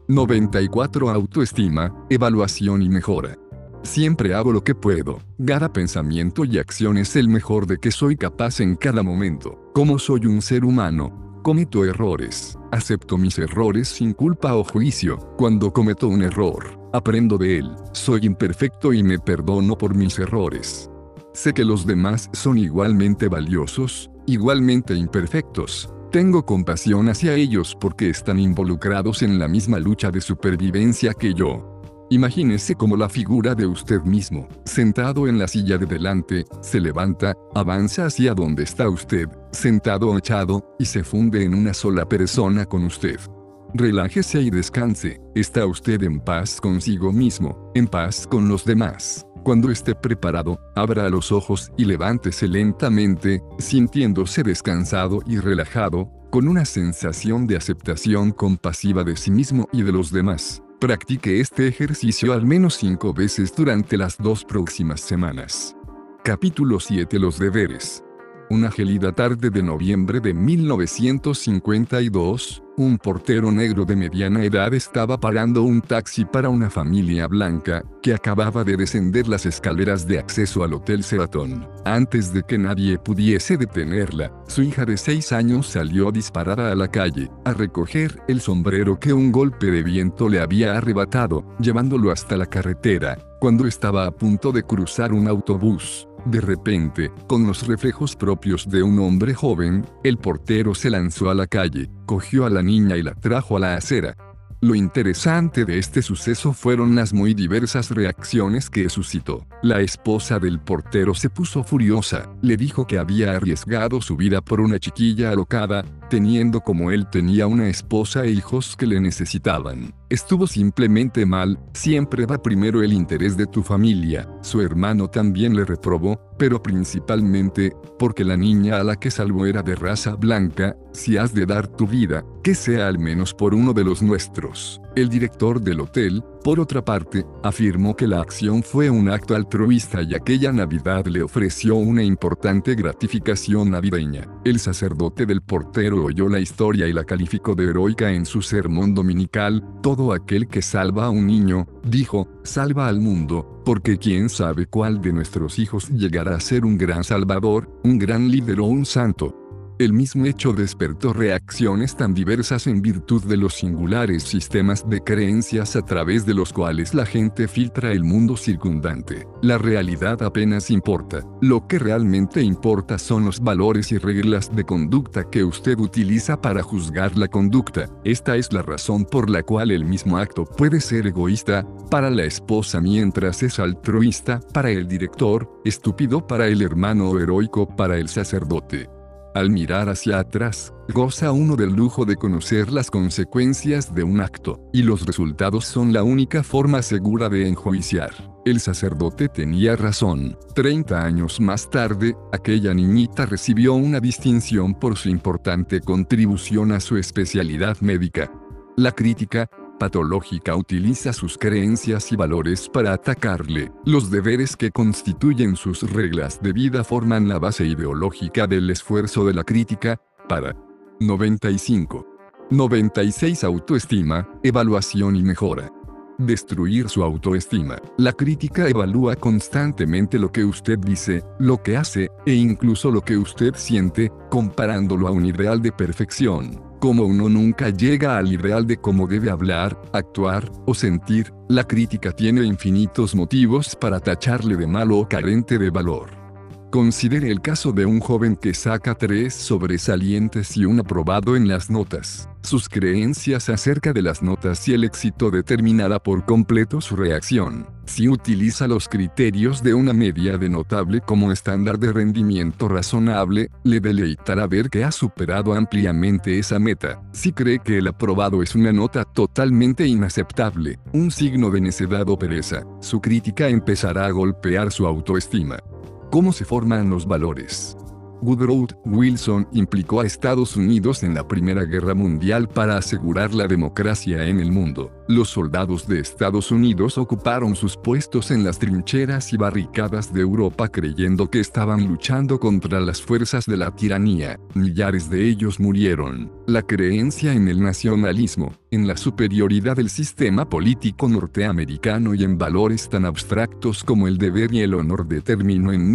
94 Autoestima, evaluación y mejora. Siempre hago lo que puedo. Cada pensamiento y acción es el mejor de que soy capaz en cada momento. Como soy un ser humano, cometo errores. Acepto mis errores sin culpa o juicio. Cuando cometo un error, aprendo de él. Soy imperfecto y me perdono por mis errores. Sé que los demás son igualmente valiosos, igualmente imperfectos. Tengo compasión hacia ellos porque están involucrados en la misma lucha de supervivencia que yo. Imagínese como la figura de usted mismo, sentado en la silla de delante, se levanta, avanza hacia donde está usted, sentado o echado, y se funde en una sola persona con usted. Relájese y descanse. Está usted en paz consigo mismo, en paz con los demás. Cuando esté preparado, abra los ojos y levántese lentamente, sintiéndose descansado y relajado, con una sensación de aceptación compasiva de sí mismo y de los demás. Practique este ejercicio al menos 5 veces durante las 2 próximas semanas. Capítulo 7. Los deberes. Una gélida tarde de noviembre de 1952, un portero negro de mediana edad estaba pagando un taxi para una familia blanca, que acababa de descender las escaleras de acceso al Hotel Sheraton. Antes de que nadie pudiese detenerla, su hija de 6 años salió disparada a la calle, a recoger el sombrero que un golpe de viento le había arrebatado, llevándolo hasta la carretera, cuando estaba a punto de cruzar un autobús. De repente, con los reflejos propios de un hombre joven, el portero se lanzó a la calle, cogió a la niña y la trajo a la acera. Lo interesante de este suceso fueron las muy diversas reacciones que suscitó. La esposa del portero se puso furiosa, le dijo que había arriesgado su vida por una chiquilla alocada, teniendo como él tenía una esposa e hijos que le necesitaban. Estuvo simplemente mal, siempre va primero el interés de tu familia. Su hermano también le reprobó, pero principalmente, porque la niña a la que salvó era de raza blanca. Si has de dar tu vida, que sea al menos por uno de los nuestros. El director del hotel, por otra parte, afirmó que la acción fue un acto altruista y aquella Navidad le ofreció una importante gratificación navideña. El sacerdote del portero oyó la historia y la calificó de heroica en su sermón dominical. Todo aquel que salva a un niño, dijo, salva al mundo, porque quién sabe cuál de nuestros hijos llegará a ser un gran salvador, un gran líder o un santo. El mismo hecho despertó reacciones tan diversas en virtud de los singulares sistemas de creencias a través de los cuales la gente filtra el mundo circundante. La realidad apenas importa. Lo que realmente importa son los valores y reglas de conducta que usted utiliza para juzgar la conducta. Esta es la razón por la cual el mismo acto puede ser egoísta para la esposa mientras es altruista para el director, estúpido para el hermano o heroico para el sacerdote. Al mirar hacia atrás, goza uno del lujo de conocer las consecuencias de un acto, y los resultados son la única forma segura de enjuiciar. El sacerdote tenía razón. 30 años más tarde, aquella niñita recibió una distinción por su importante contribución a su especialidad médica. La crítica patológica utiliza sus creencias y valores para atacarle. Los deberes que constituyen sus reglas de vida forman la base ideológica del esfuerzo de la crítica. Para 95. 96 Autoestima, evaluación y mejora. Destruir su autoestima. La crítica evalúa constantemente lo que usted dice, lo que hace, e incluso lo que usted siente, comparándolo a un ideal de perfección. Como uno nunca llega al ideal de cómo debe hablar, actuar o sentir, la crítica tiene infinitos motivos para tacharle de malo o carente de valor. Considere el caso de un joven que saca 3 sobresalientes y un aprobado en las notas. Sus creencias acerca de las notas y el éxito determinará por completo su reacción. Si utiliza los criterios de una media de notable como estándar de rendimiento razonable, le deleitará ver que ha superado ampliamente esa meta. Si cree que el aprobado es una nota totalmente inaceptable, un signo de necedad o pereza, su crítica empezará a golpear su autoestima. ¿Cómo se forman los valores? Woodrow Wilson implicó a Estados Unidos en la Primera Guerra Mundial para asegurar la democracia en el mundo. Los soldados de Estados Unidos ocuparon sus puestos en las trincheras y barricadas de Europa creyendo que estaban luchando contra las fuerzas de la tiranía. Millares de ellos murieron. La creencia en el nacionalismo, en la superioridad del sistema político norteamericano y en valores tan abstractos como el deber y el honor determinó en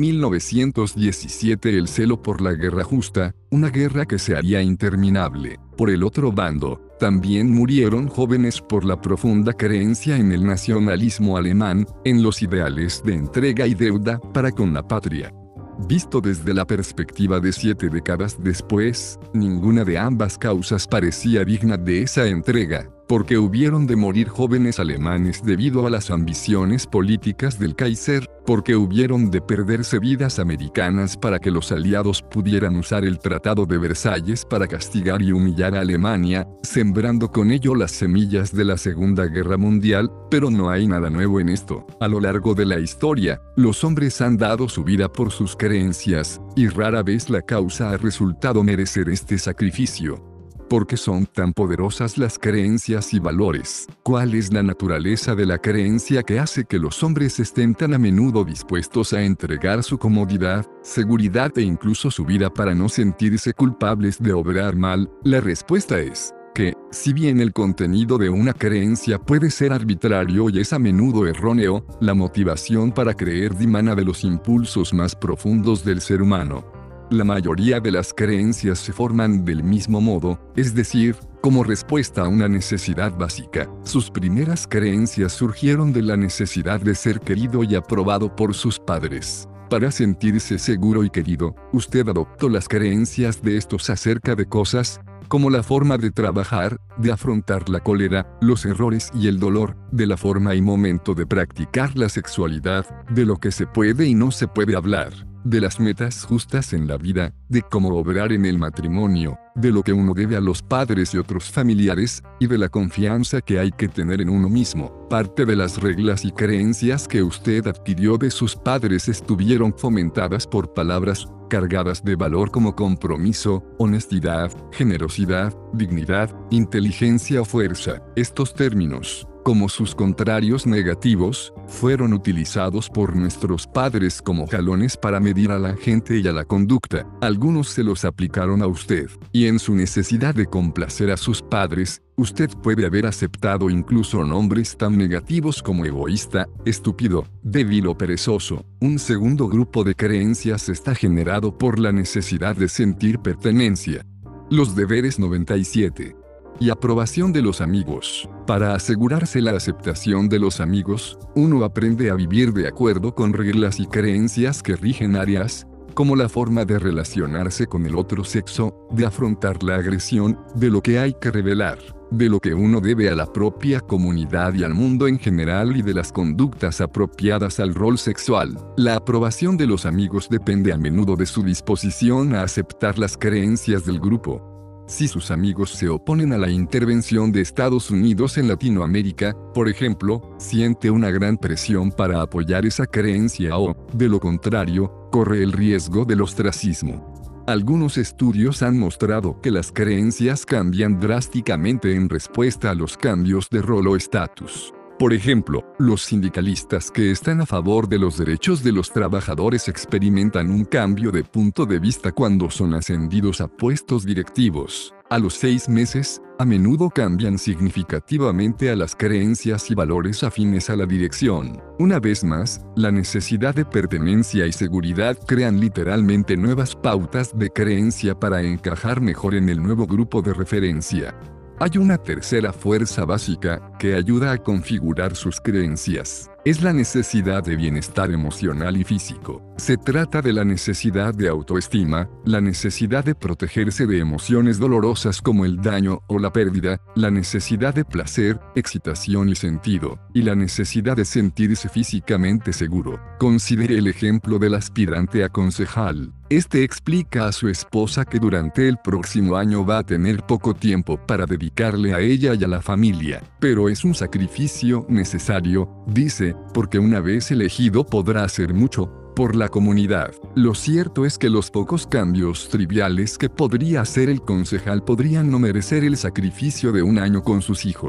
1917 el celo por la guerra justa, una guerra que se haría interminable. Por el otro bando, también murieron jóvenes por la profunda creencia en el nacionalismo alemán, en los ideales de entrega y deuda para con la patria. Visto desde la perspectiva de 7 décadas después, ninguna de ambas causas parecía digna de esa entrega, porque hubieron de morir jóvenes alemanes debido a las ambiciones políticas del Kaiser, porque hubieron de perderse vidas americanas para que los aliados pudieran usar el Tratado de Versalles para castigar y humillar a Alemania, sembrando con ello las semillas de la Segunda Guerra Mundial, pero no hay nada nuevo en esto. A lo largo de la historia, los hombres han dado su vida por sus creencias, y rara vez la causa ha resultado merecer este sacrificio. ¿Por qué son tan poderosas las creencias y valores? ¿Cuál es la naturaleza de la creencia que hace que los hombres estén tan a menudo dispuestos a entregar su comodidad, seguridad e incluso su vida para no sentirse culpables de obrar mal? La respuesta es que, si bien el contenido de una creencia puede ser arbitrario y es a menudo erróneo, la motivación para creer dimana de los impulsos más profundos del ser humano. La mayoría de las creencias se forman del mismo modo, es decir, como respuesta a una necesidad básica. Sus primeras creencias surgieron de la necesidad de ser querido y aprobado por sus padres. Para sentirse seguro y querido, usted adoptó las creencias de estos acerca de cosas, como la forma de trabajar, de afrontar la cólera, los errores y el dolor, de la forma y momento de practicar la sexualidad, de lo que se puede y no se puede hablar, de las metas justas en la vida, de cómo obrar en el matrimonio, de lo que uno debe a los padres y otros familiares, y de la confianza que hay que tener en uno mismo. Parte de las reglas y creencias que usted adquirió de sus padres estuvieron fomentadas por palabras cargadas de valor como compromiso, honestidad, generosidad, dignidad, inteligencia o fuerza. Estos términos, como sus contrarios negativos, fueron utilizados por nuestros padres como jalones para medir a la gente y a la conducta. Algunos se los aplicaron a usted, y en su necesidad de complacer a sus padres, usted puede haber aceptado incluso nombres tan negativos como egoísta, estúpido, débil o perezoso. Un segundo grupo de creencias está generado por la necesidad de sentir pertenencia. Los deberes 97. Y aprobación de los amigos. Para asegurarse la aceptación de los amigos, uno aprende a vivir de acuerdo con reglas y creencias que rigen áreas, como la forma de relacionarse con el otro sexo, de afrontar la agresión, de lo que hay que revelar, de lo que uno debe a la propia comunidad y al mundo en general y de las conductas apropiadas al rol sexual. La aprobación de los amigos depende a menudo de su disposición a aceptar las creencias del grupo. Si sus amigos se oponen a la intervención de Estados Unidos en Latinoamérica, por ejemplo, siente una gran presión para apoyar esa creencia o, de lo contrario, corre el riesgo del ostracismo. Algunos estudios han mostrado que las creencias cambian drásticamente en respuesta a los cambios de rol o estatus. Por ejemplo, los sindicalistas que están a favor de los derechos de los trabajadores experimentan un cambio de punto de vista cuando son ascendidos a puestos directivos. A los 6 meses, a menudo cambian significativamente a las creencias y valores afines a la dirección. Una vez más, la necesidad de pertenencia y seguridad crean literalmente nuevas pautas de creencia para encajar mejor en el nuevo grupo de referencia. Hay una tercera fuerza básica que ayuda a configurar sus creencias. Es la necesidad de bienestar emocional y físico. Se trata de la necesidad de autoestima, la necesidad de protegerse de emociones dolorosas como el daño o la pérdida, la necesidad de placer, excitación y sentido, y la necesidad de sentirse físicamente seguro. Considere el ejemplo del aspirante a concejal. Este explica a su esposa que durante el próximo año va a tener poco tiempo para dedicarle a ella y a la familia, pero es un sacrificio necesario, dice, porque una vez elegido podrá hacer mucho por la comunidad. Lo cierto es que los pocos cambios triviales que podría hacer el concejal podrían no merecer el sacrificio de un año con sus hijos.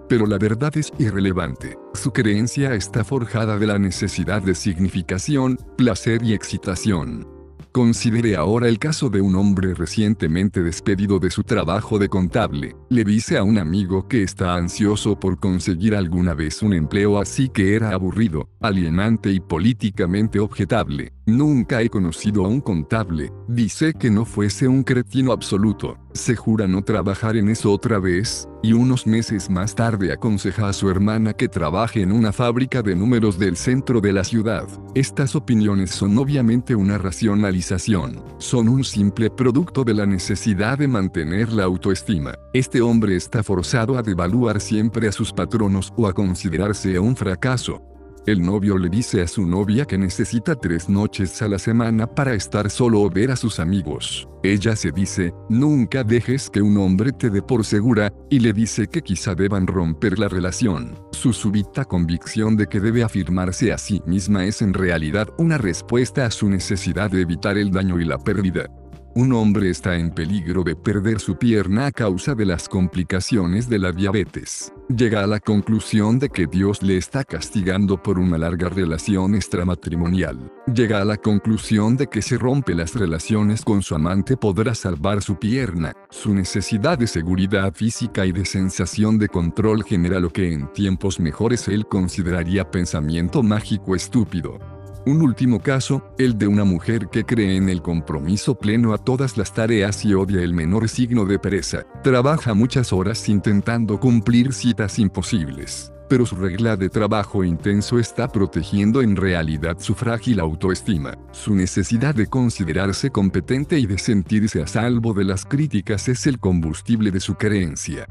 Pero la verdad es irrelevante. Su creencia está forjada de la necesidad de significación, placer y excitación. Considere ahora el caso de un hombre recientemente despedido de su trabajo de contable. Le dice a un amigo que está ansioso por conseguir alguna vez un empleo, así que era aburrido, alienante y políticamente objetable. Nunca he conocido a un contable. Dice que no fuese un cretino absoluto. Se jura no trabajar en eso otra vez, y unos meses más tarde aconseja a su hermana que trabaje en una fábrica de números del centro de la ciudad. Estas opiniones son obviamente una racionalización. Son un simple producto de la necesidad de mantener la autoestima. Este hombre está forzado a devaluar siempre a sus patronos o a considerarse un fracaso. El novio le dice a su novia que necesita 3 noches a la semana para estar solo o ver a sus amigos. Ella se dice, nunca dejes que un hombre te dé por segura, y le dice que quizá deban romper la relación. Su súbita convicción de que debe afirmarse a sí misma es en realidad una respuesta a su necesidad de evitar el daño y la pérdida. Un hombre está en peligro de perder su pierna a causa de las complicaciones de la diabetes. Llega a la conclusión de que Dios le está castigando por una larga relación extramatrimonial. Llega a la conclusión de que si rompe las relaciones con su amante podrá salvar su pierna. Su necesidad de seguridad física y de sensación de control genera lo que en tiempos mejores él consideraría pensamiento mágico estúpido. Un último caso, el de una mujer que cree en el compromiso pleno a todas las tareas y odia el menor signo de pereza. Trabaja muchas horas intentando cumplir citas imposibles, pero su regla de trabajo intenso está protegiendo en realidad su frágil autoestima. Su necesidad de considerarse competente y de sentirse a salvo de las críticas es el combustible de su creencia.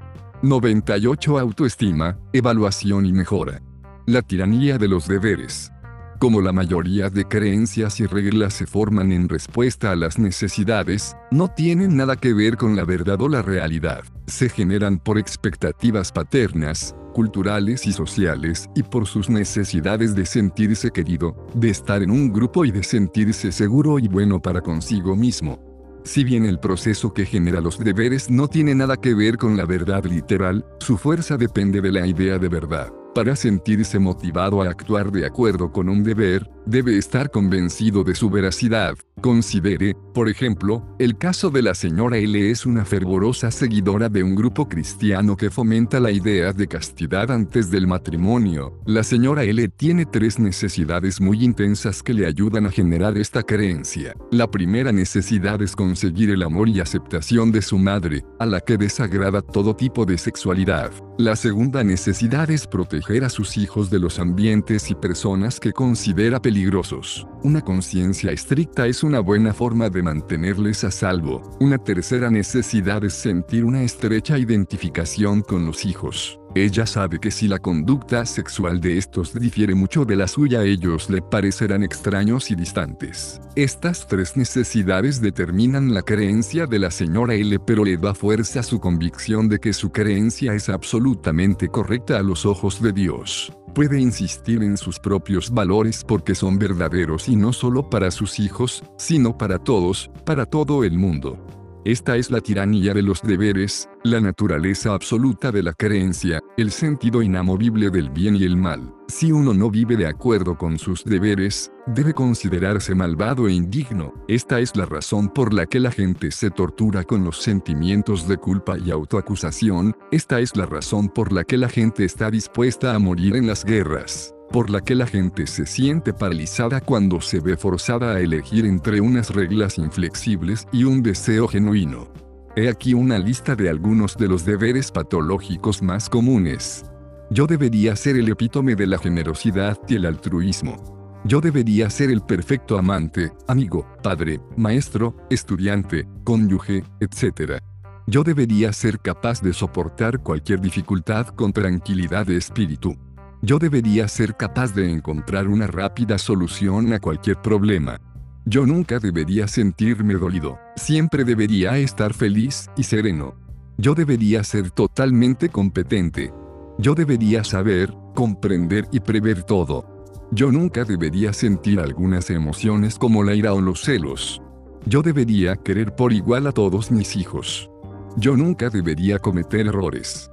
98. Autoestima, evaluación y mejora. La tiranía de los deberes. Como la mayoría de creencias y reglas se forman en respuesta a las necesidades, no tienen nada que ver con la verdad o la realidad. Se generan por expectativas paternas, culturales y sociales, y por sus necesidades de sentirse querido, de estar en un grupo y de sentirse seguro y bueno para consigo mismo. Si bien el proceso que genera los deberes no tiene nada que ver con la verdad literal, su fuerza depende de la idea de verdad. Para sentirse motivado a actuar de acuerdo con un deber, debe estar convencido de su veracidad. Considere, por ejemplo, el caso de la señora L. Es una fervorosa seguidora de un grupo cristiano que fomenta la idea de castidad antes del matrimonio. La señora L. tiene 3 necesidades muy intensas que le ayudan a generar esta creencia. La primera necesidad es conseguir el amor y aceptación de su madre, a la que desagrada todo tipo de sexualidad. La segunda necesidad es proteger a sus hijos de los ambientes y personas que considera peligrosos. Una conciencia estricta es una buena forma de mantenerles a salvo. Una tercera necesidad es sentir una estrecha identificación con los hijos. Ella sabe que si la conducta sexual de estos difiere mucho de la suya, ellos le parecerán extraños y distantes. Estas 3 necesidades determinan la creencia de la señora L, pero le da fuerza a su convicción de que su creencia es absolutamente correcta a los ojos de Dios. Puede insistir en sus propios valores porque son verdaderos y no solo para sus hijos, sino para todos, para todo el mundo. Esta es la tiranía de los deberes, la naturaleza absoluta de la creencia, el sentido inamovible del bien y el mal. Si uno no vive de acuerdo con sus deberes, debe considerarse malvado e indigno. Esta es la razón por la que la gente se tortura con los sentimientos de culpa y autoacusación. Esta es la razón por la que la gente está dispuesta a morir en las guerras, por la que la gente se siente paralizada cuando se ve forzada a elegir entre unas reglas inflexibles y un deseo genuino. He aquí una lista de algunos de los deberes patológicos más comunes. Yo debería ser el epítome de la generosidad y el altruismo. Yo debería ser el perfecto amante, amigo, padre, maestro, estudiante, cónyuge, etc. Yo debería ser capaz de soportar cualquier dificultad con tranquilidad de espíritu. Yo debería ser capaz de encontrar una rápida solución a cualquier problema. Yo nunca debería sentirme dolido. Siempre debería estar feliz y sereno. Yo debería ser totalmente competente. Yo debería saber, comprender y prever todo. Yo nunca debería sentir algunas emociones como la ira o los celos. Yo debería querer por igual a todos mis hijos. Yo nunca debería cometer errores.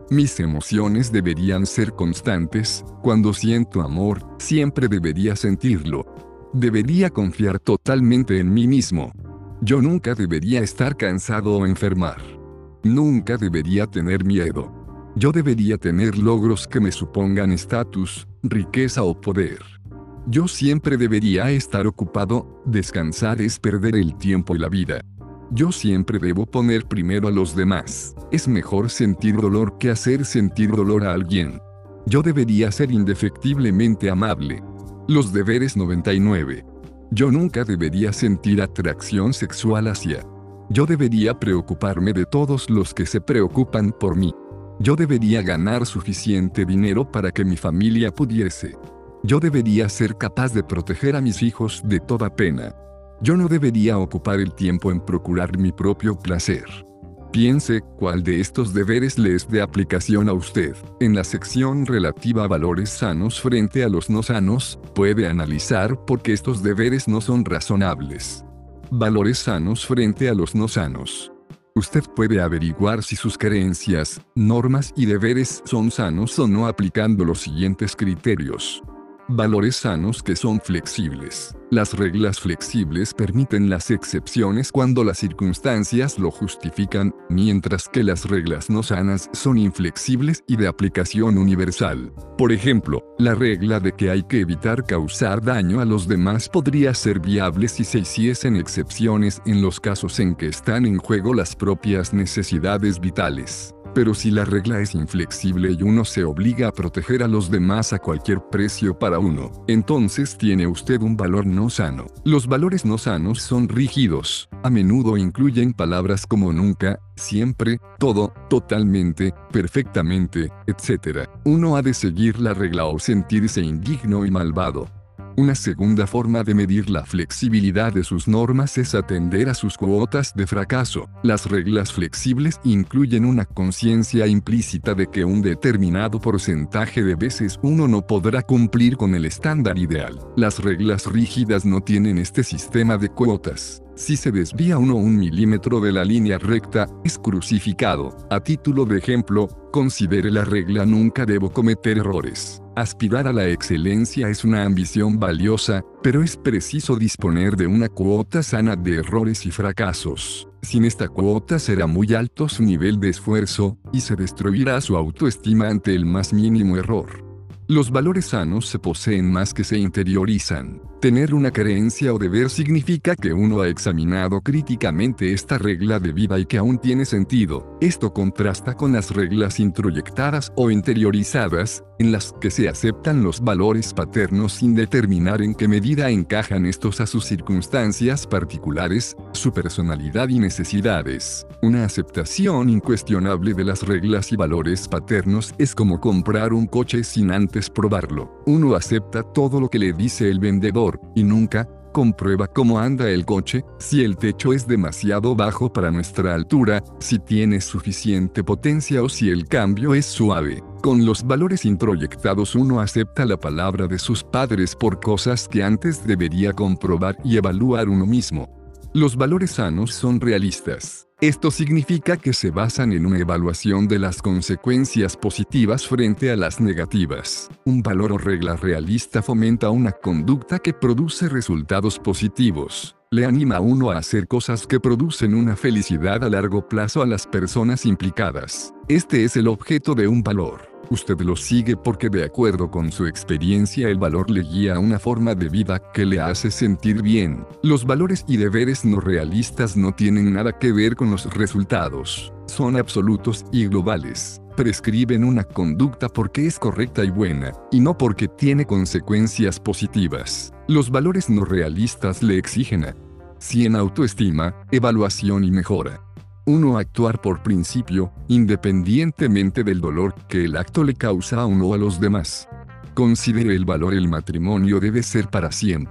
Mis emociones deberían ser constantes. Cuando siento amor, siempre debería sentirlo. Debería confiar totalmente en mí mismo. Yo nunca debería estar cansado o enfermar. Nunca debería tener miedo. Yo debería tener logros que me supongan estatus, riqueza o poder. Yo siempre debería estar ocupado. Descansar es perder el tiempo y la vida. Yo siempre debo poner primero a los demás. Es mejor sentir dolor que hacer sentir dolor a alguien. Yo debería ser indefectiblemente amable. Los deberes 99. Yo nunca debería sentir atracción sexual hacia. Yo debería preocuparme de todos los que se preocupan por mí. Yo debería ganar suficiente dinero para que mi familia pudiese. Yo debería ser capaz de proteger a mis hijos de toda pena. Yo no debería ocupar el tiempo en procurar mi propio placer. Piense cuál de estos deberes le es de aplicación a usted. En la sección relativa a valores sanos frente a los no sanos, puede analizar por qué estos deberes no son razonables. Valores sanos frente a los no sanos. Usted puede averiguar si sus creencias, normas y deberes son sanos o no aplicando los siguientes criterios. Valores sanos que son flexibles. Las reglas flexibles permiten las excepciones cuando las circunstancias lo justifican, mientras que las reglas no sanas son inflexibles y de aplicación universal. Por ejemplo, la regla de que hay que evitar causar daño a los demás podría ser viable si se hiciesen excepciones en los casos en que están en juego las propias necesidades vitales. Pero si la regla es inflexible y uno se obliga a proteger a los demás a cualquier precio para uno, entonces tiene usted un valor no sano. Los valores no sanos son rígidos. A menudo incluyen palabras como nunca, siempre, todo, totalmente, perfectamente, etc. Uno ha de seguir la regla o sentirse indigno y malvado. Una segunda forma de medir la flexibilidad de sus normas es atender a sus cuotas de fracaso. Las reglas flexibles incluyen una conciencia implícita de que un determinado porcentaje de veces uno no podrá cumplir con el estándar ideal. Las reglas rígidas no tienen este sistema de cuotas. Si se desvía uno 1 milímetro de la línea recta, es crucificado. A título de ejemplo, considere la regla nunca debo cometer errores. Aspirar a la excelencia es una ambición valiosa, pero es preciso disponer de una cuota sana de errores y fracasos. Sin esta cuota será muy alto su nivel de esfuerzo, y se destruirá su autoestima ante el más mínimo error. Los valores sanos se poseen más que se interiorizan. Tener una creencia o deber significa que uno ha examinado críticamente esta regla de vida y que aún tiene sentido. Esto contrasta con las reglas introyectadas o interiorizadas, en las que se aceptan los valores paternos sin determinar en qué medida encajan estos a sus circunstancias particulares, su personalidad y necesidades. Una aceptación incuestionable de las reglas y valores paternos es como comprar un coche sin antes probarlo. Uno acepta todo lo que le dice el vendedor, y nunca comprueba cómo anda el coche, si el techo es demasiado bajo para nuestra altura, si tiene suficiente potencia o si el cambio es suave. Con los valores introyectados uno acepta la palabra de sus padres por cosas que antes debería comprobar y evaluar uno mismo. Los valores sanos son realistas. Esto significa que se basan en una evaluación de las consecuencias positivas frente a las negativas. Un valor o regla realista fomenta una conducta que produce resultados positivos. Le anima a uno a hacer cosas que producen una felicidad a largo plazo a las personas implicadas. Este es el objeto de un valor. Usted lo sigue porque de acuerdo con su experiencia el valor le guía a una forma de vida que le hace sentir bien. Los valores y deberes no realistas no tienen nada que ver con los resultados. Son absolutos y globales. Prescriben una conducta porque es correcta y buena, y no porque tiene consecuencias positivas. Los valores no realistas le exigen a 100 autoestima, evaluación y mejora. 1. Actuar por principio, independientemente del dolor que el acto le causa a uno o a los demás. Considere el valor: el matrimonio debe ser para siempre.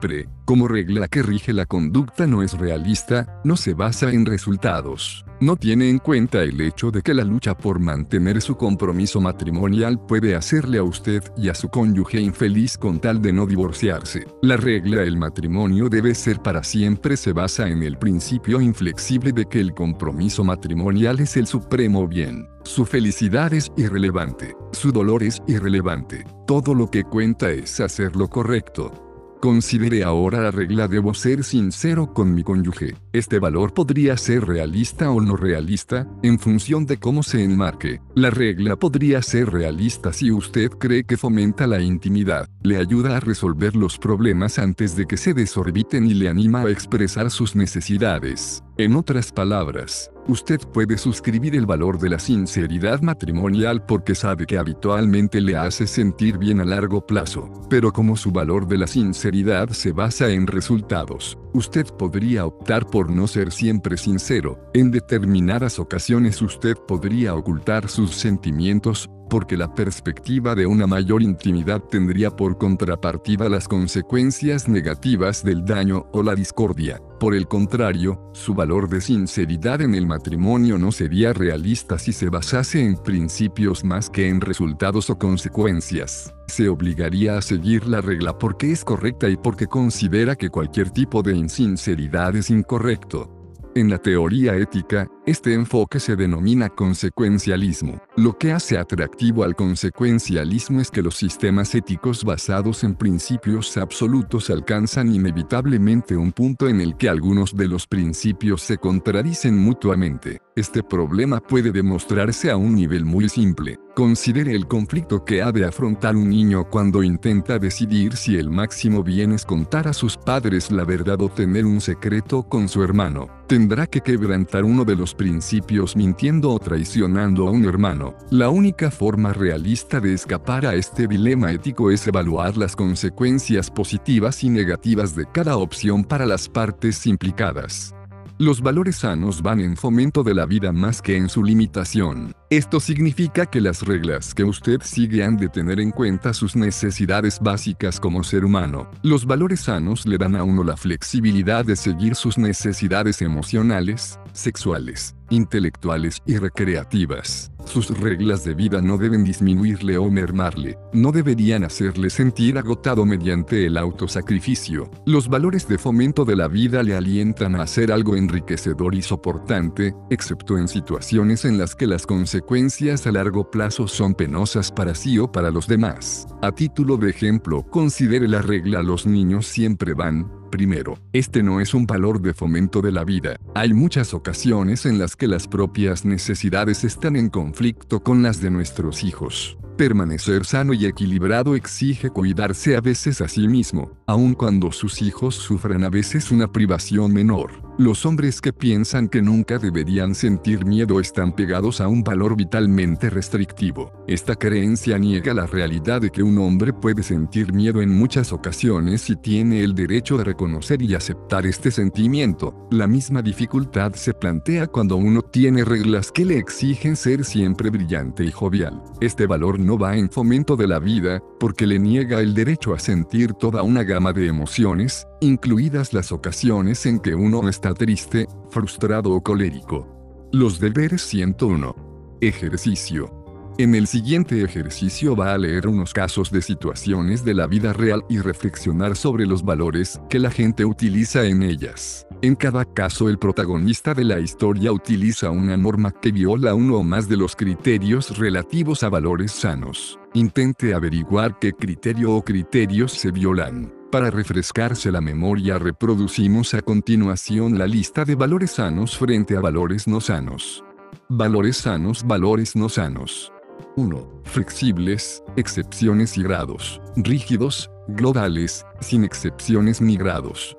Como regla que rige la conducta no es realista, no se basa en resultados. No tiene en cuenta el hecho de que la lucha por mantener su compromiso matrimonial puede hacerle a usted y a su cónyuge infeliz con tal de no divorciarse. La regla del matrimonio debe ser para siempre se basa en el principio inflexible de que el compromiso matrimonial es el supremo bien. Su felicidad es irrelevante, su dolor es irrelevante. Todo lo que cuenta es hacer lo correcto. Considere ahora la regla: debo ser sincero con mi cónyuge. Este valor podría ser realista o no realista, en función de cómo se enmarque. La regla podría ser realista si usted cree que fomenta la intimidad, le ayuda a resolver los problemas antes de que se desorbiten y le anima a expresar sus necesidades. En otras palabras, usted puede suscribir el valor de la sinceridad matrimonial porque sabe que habitualmente le hace sentir bien a largo plazo. Pero como su valor de la sinceridad se basa en resultados, usted podría optar por no ser siempre sincero. En determinadas ocasiones usted podría ocultar sus sentimientos, porque la perspectiva de una mayor intimidad tendría por contrapartida las consecuencias negativas del daño o la discordia. Por el contrario, su valor de sinceridad en el matrimonio no sería realista si se basase en principios más que en resultados o consecuencias. Se obligaría a seguir la regla porque es correcta y porque considera que cualquier tipo de insinceridad es incorrecto. En la teoría ética, este enfoque se denomina consecuencialismo. Lo que hace atractivo al consecuencialismo es que los sistemas éticos basados en principios absolutos alcanzan inevitablemente un punto en el que algunos de los principios se contradicen mutuamente. Este problema puede demostrarse a un nivel muy simple. Considere el conflicto que ha de afrontar un niño cuando intenta decidir si el máximo bien es contar a sus padres la verdad o tener un secreto con su hermano. Tendrá que quebrantar uno de los principios mintiendo o traicionando a un hermano. La única forma realista de escapar a este dilema ético es evaluar las consecuencias positivas y negativas de cada opción para las partes implicadas. Los valores sanos van en fomento de la vida más que en su limitación. Esto significa que las reglas que usted sigue han de tener en cuenta sus necesidades básicas como ser humano. Los valores sanos le dan a uno la flexibilidad de seguir sus necesidades emocionales, sexuales, intelectuales y recreativas. Sus reglas de vida no deben disminuirle o mermarle, no deberían hacerle sentir agotado mediante el autosacrificio. Los valores de fomento de la vida le alientan a hacer algo enriquecedor y soportante, excepto en situaciones en las que las consecuencias a largo plazo son penosas para sí o para los demás. A título de ejemplo, considere la regla: los niños siempre van primero. Este no es un valor de fomento de la vida. Hay muchas ocasiones en las que las propias necesidades están en conflicto con las de nuestros hijos. Permanecer sano y equilibrado exige cuidarse a veces a sí mismo, aun cuando sus hijos sufran a veces una privación menor. Los hombres que piensan que nunca deberían sentir miedo están pegados a un valor vitalmente restrictivo. Esta creencia niega la realidad de que un hombre puede sentir miedo en muchas ocasiones y tiene el derecho de reconocer y aceptar este sentimiento. La misma dificultad se plantea cuando uno tiene reglas que le exigen ser siempre brillante y jovial. Este valor no va en fomento de la vida, porque le niega el derecho a sentir toda una gama de emociones, incluidas las ocasiones en que uno está triste, frustrado o colérico. Los deberes 101. Ejercicio. En el siguiente ejercicio va a leer unos casos de situaciones de la vida real y reflexionar sobre los valores que la gente utiliza en ellas. En cada caso, el protagonista de la historia utiliza una norma que viola uno o más de los criterios relativos a valores sanos. Intente averiguar qué criterio o criterios se violan. Para refrescarse la memoria, reproducimos a continuación la lista de valores sanos frente a valores no sanos. Valores sanos, valores no sanos. 1. Flexibles, excepciones y grados. Rígidos, globales, sin excepciones ni grados.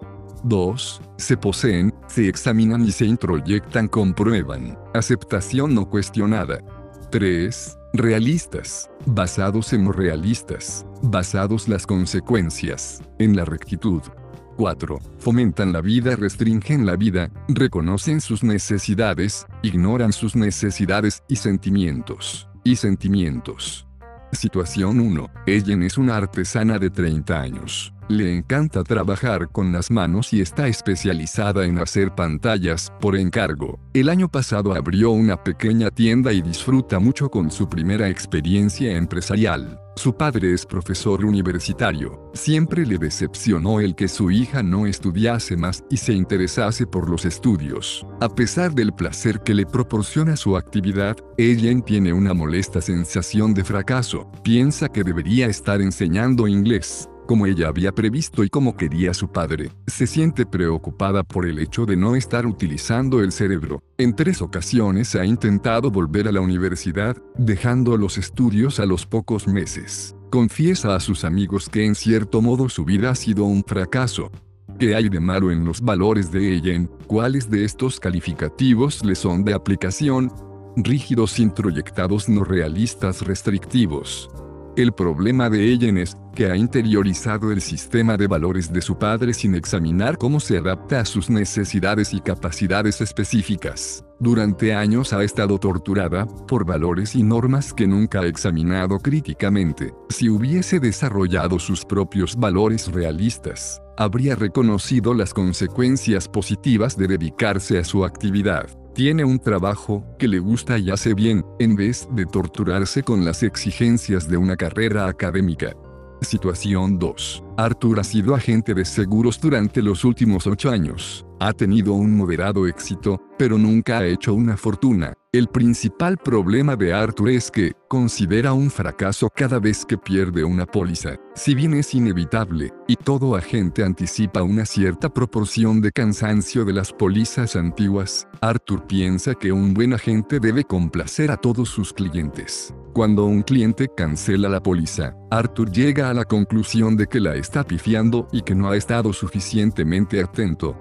2. Se poseen, se examinan y se introyectan, comprueban. Aceptación no cuestionada. 3. Realistas, basados en no realistas, basados las consecuencias, en la rectitud. 4. Fomentan la vida, restringen la vida, reconocen sus necesidades, ignoran sus necesidades y sentimientos. Situación 1. Ellen es una artesana de 30 años. Le encanta trabajar con las manos y está especializada en hacer pantallas por encargo. El año pasado abrió una pequeña tienda y disfruta mucho con su primera experiencia empresarial. Su padre es profesor universitario. Siempre le decepcionó el que su hija no estudiase más y se interesase por los estudios. A pesar del placer que le proporciona su actividad, ella tiene una molesta sensación de fracaso. Piensa que debería estar enseñando inglés, como ella había previsto y como quería su padre. Se siente preocupada por el hecho de no estar utilizando el cerebro. En 3 ocasiones ha intentado volver a la universidad, dejando los estudios a los pocos meses. Confiesa a sus amigos que en cierto modo su vida ha sido un fracaso. ¿Qué hay de malo en los valores de Ellen? ¿Cuáles de estos calificativos le son de aplicación? Rígidos, introyectados, no realistas, restrictivos. El problema de Ellen es que ha interiorizado el sistema de valores de su padre sin examinar cómo se adapta a sus necesidades y capacidades específicas. Durante años ha estado torturada por valores y normas que nunca ha examinado críticamente. Si hubiese desarrollado sus propios valores realistas, habría reconocido las consecuencias positivas de dedicarse a su actividad. Tiene un trabajo que le gusta y hace bien, en vez de torturarse con las exigencias de una carrera académica. Situación 2. Arthur ha sido agente de seguros durante los últimos 8 años. Ha tenido un moderado éxito, pero nunca ha hecho una fortuna. El principal problema de Arthur es que considera un fracaso cada vez que pierde una póliza. Si bien es inevitable, y todo agente anticipa una cierta proporción de cansancio de las pólizas antiguas, Arthur piensa que un buen agente debe complacer a todos sus clientes. Cuando un cliente cancela la póliza, Arthur llega a la conclusión de que la está pifiando y que no ha estado suficientemente atento.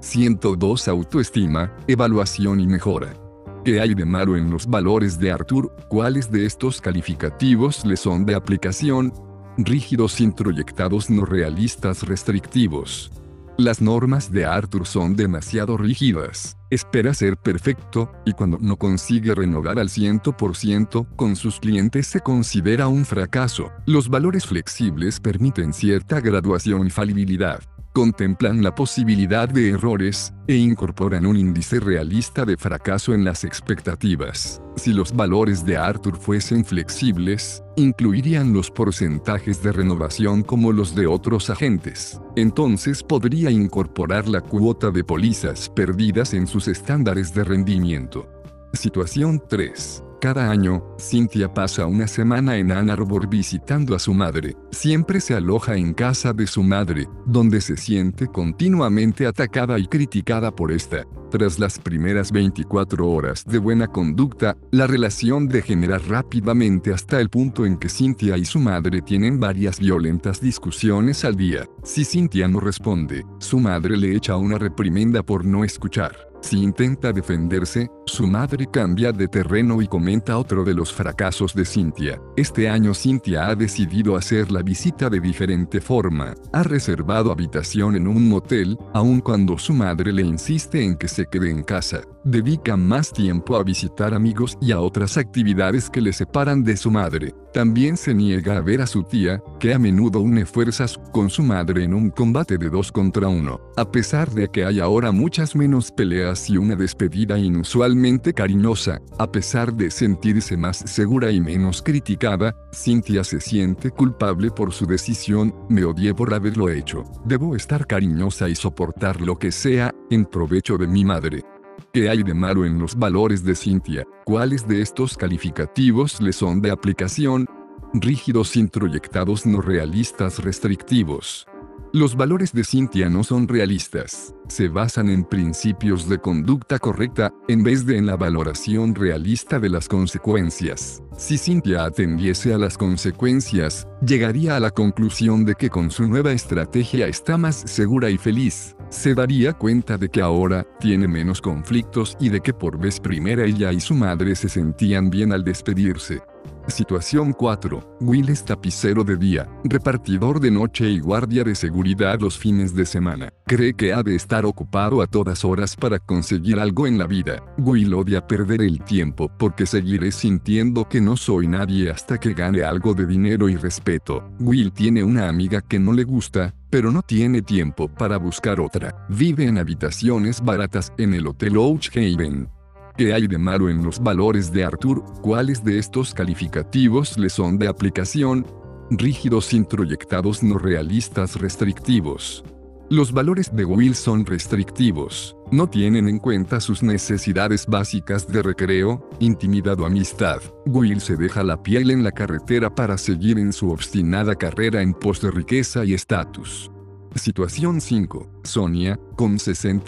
102. Autoestima, evaluación y mejora. ¿Qué hay de malo en los valores de Arthur? ¿Cuáles de estos calificativos le son de aplicación? Rígidos, introyectados, no realistas, restrictivos. Las normas de Arthur son demasiado rígidas. Espera ser perfecto, y cuando no consigue renovar al 100% con sus clientes se considera un fracaso. Los valores flexibles permiten cierta graduación y falibilidad. Contemplan la posibilidad de errores, e incorporan un índice realista de fracaso en las expectativas. Si los valores de Arthur fuesen flexibles, incluirían los porcentajes de renovación como los de otros agentes. Entonces podría incorporar la cuota de pólizas perdidas en sus estándares de rendimiento. Situación 3. Cada año, Cynthia pasa una semana en Ann Arbor visitando a su madre. Siempre se aloja en casa de su madre, donde se siente continuamente atacada y criticada por esta. Tras las primeras 24 horas de buena conducta, la relación degenera rápidamente hasta el punto en que Cynthia y su madre tienen varias violentas discusiones al día. Si Cynthia no responde, su madre le echa una reprimenda por no escuchar. Si intenta defenderse, su madre cambia de terreno y comenta otro de los fracasos de Cynthia. Este año Cynthia ha decidido hacer la visita de diferente forma. Ha reservado habitación en un motel, aun cuando su madre le insiste en que se quede en casa. Dedica más tiempo a visitar amigos y a otras actividades que le separan de su madre. También se niega a ver a su tía, que a menudo une fuerzas con su madre en un combate de 2 contra 1. A pesar de que hay ahora muchas menos peleas y una despedida inusualmente cariñosa, a pesar de sentirse más segura y menos criticada, Cynthia se siente culpable por su decisión. Me odié por haberlo hecho. Debo estar cariñosa y soportar lo que sea, en provecho de mi madre. ¿Qué hay de malo en los valores de Cynthia? ¿Cuáles de estos calificativos le son de aplicación? Rígidos, introyectados, no realistas, restrictivos. Los valores de Cynthia no son realistas. Se basan en principios de conducta correcta, en vez de en la valoración realista de las consecuencias. Si Cynthia atendiese a las consecuencias, llegaría a la conclusión de que con su nueva estrategia está más segura y feliz. Se daría cuenta de que ahora tiene menos conflictos y de que por vez primera ella y su madre se sentían bien al despedirse. Situación 4. Will es tapicero de día, repartidor de noche y guardia de seguridad los fines de semana. Cree que ha de estar ocupado a todas horas para conseguir algo en la vida. Will odia perder el tiempo porque seguiré sintiendo que no soy nadie hasta que gane algo de dinero y respeto. Will tiene una amiga que no le gusta, pero no tiene tiempo para buscar otra. Vive en habitaciones baratas en el Hotel Oak Haven. ¿Qué hay de malo en los valores de Arthur? ¿Cuáles de estos calificativos le son de aplicación? Rígidos, introyectados, no realistas, restrictivos. Los valores de Will son restrictivos. No tienen en cuenta sus necesidades básicas de recreo, intimidad o amistad. Will se deja la piel en la carretera para seguir en su obstinada carrera en pos de riqueza y estatus. Situación 5. Sonia, con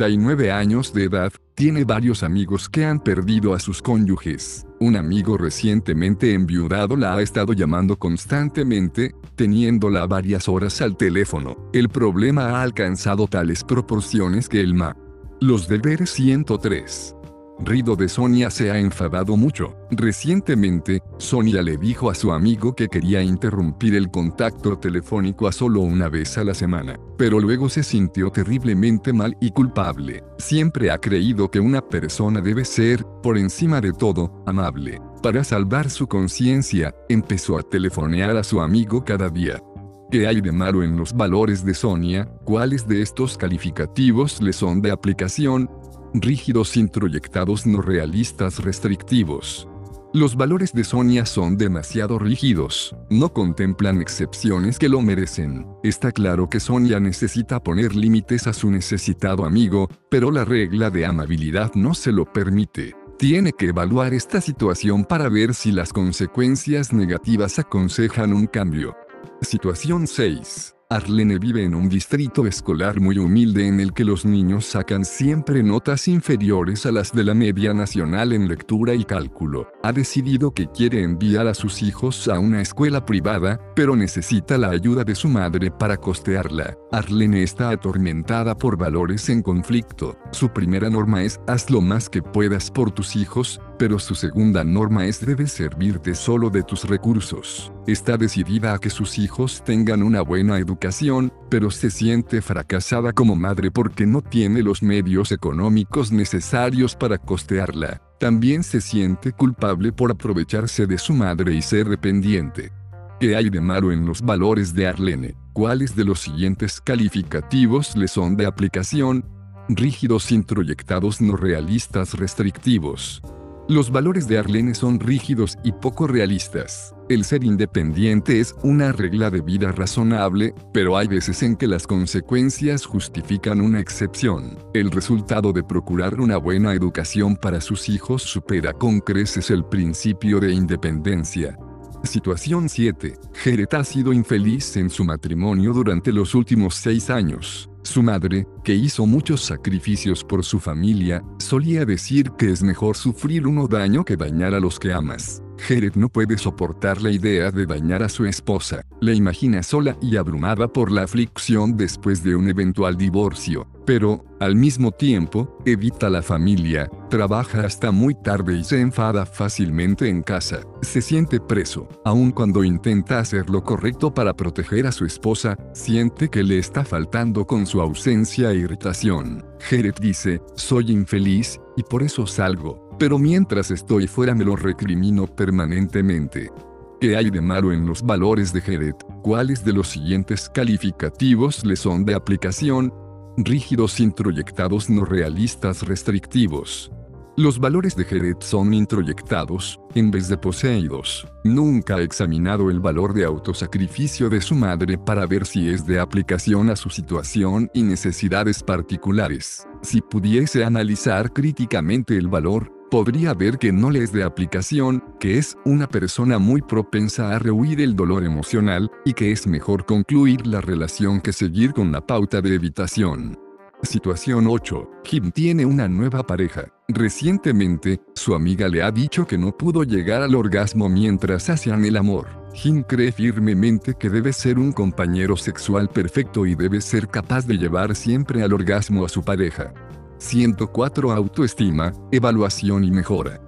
69 años de edad, tiene varios amigos que han perdido a sus cónyuges. Un amigo recientemente enviudado la ha estado llamando constantemente, teniéndola varias horas al teléfono. El problema ha alcanzado tales proporciones que Los deberes 103. Rido de Sonia se ha enfadado mucho. Recientemente, Sonia le dijo a su amigo que quería interrumpir el contacto telefónico a solo una vez a la semana, pero luego se sintió terriblemente mal y culpable. Siempre ha creído que una persona debe ser, por encima de todo, amable. Para salvar su conciencia, empezó a telefonear a su amigo cada día. ¿Qué hay de malo en los valores de Sonia? ¿Cuáles de estos calificativos le son de aplicación? Rígidos, introyectados, no realistas, restrictivos. Los valores de Sonia son demasiado rígidos, no contemplan excepciones que lo merecen. Está claro que Sonia necesita poner límites a su necesitado amigo, pero la regla de amabilidad no se lo permite. Tiene que evaluar esta situación para ver si las consecuencias negativas aconsejan un cambio. Situación 6. Arlene vive en un distrito escolar muy humilde en el que los niños sacan siempre notas inferiores a las de la media nacional en lectura y cálculo. Ha decidido que quiere enviar a sus hijos a una escuela privada, pero necesita la ayuda de su madre para costearla. Arlene está atormentada por valores en conflicto. Su primera norma es haz lo más que puedas por tus hijos, pero su segunda norma es debes servirte solo de tus recursos. Está decidida a que sus hijos tengan una buena educación, pero se siente fracasada como madre porque no tiene los medios económicos necesarios para costearla. También se siente culpable por aprovecharse de su madre y ser dependiente. ¿Qué hay de malo en los valores de Arlene? ¿Cuáles de los siguientes calificativos le son de aplicación? Rígidos, introyectados, no realistas, restrictivos. Los valores de Arlene son rígidos y poco realistas. El ser independiente es una regla de vida razonable, pero hay veces en que las consecuencias justifican una excepción. El resultado de procurar una buena educación para sus hijos supera con creces el principio de independencia. Situación 7. Jared ha sido infeliz en su matrimonio durante los últimos 6 años. Su madre, que hizo muchos sacrificios por su familia, solía decir que es mejor sufrir uno daño que dañar a los que amas. Jared no puede soportar la idea de dañar a su esposa. La imagina sola y abrumada por la aflicción después de un eventual divorcio. Pero, al mismo tiempo, evita la familia, trabaja hasta muy tarde y se enfada fácilmente en casa. Se siente preso. Aun cuando intenta hacer lo correcto para proteger a su esposa, siente que le está faltando con su ausencia e irritación. Jared dice, soy infeliz, y por eso salgo. Pero mientras estoy fuera me lo recrimino permanentemente. ¿Qué hay de malo en los valores de Jared? ¿Cuáles de los siguientes calificativos le son de aplicación? Rígidos, introyectados, no realistas, restrictivos. Los valores de Jared son introyectados, en vez de poseídos. Nunca ha examinado el valor de autosacrificio de su madre para ver si es de aplicación a su situación y necesidades particulares. Si pudiese analizar críticamente el valor, podría ver que no le es de aplicación, que es una persona muy propensa a rehuir el dolor emocional, y que es mejor concluir la relación que seguir con la pauta de evitación. Situación 8. Kim tiene una nueva pareja. Recientemente, su amiga le ha dicho que no pudo llegar al orgasmo mientras hacían el amor. Kim cree firmemente que debe ser un compañero sexual perfecto y debe ser capaz de llevar siempre al orgasmo a su pareja. 104. Autoestima, evaluación y mejora.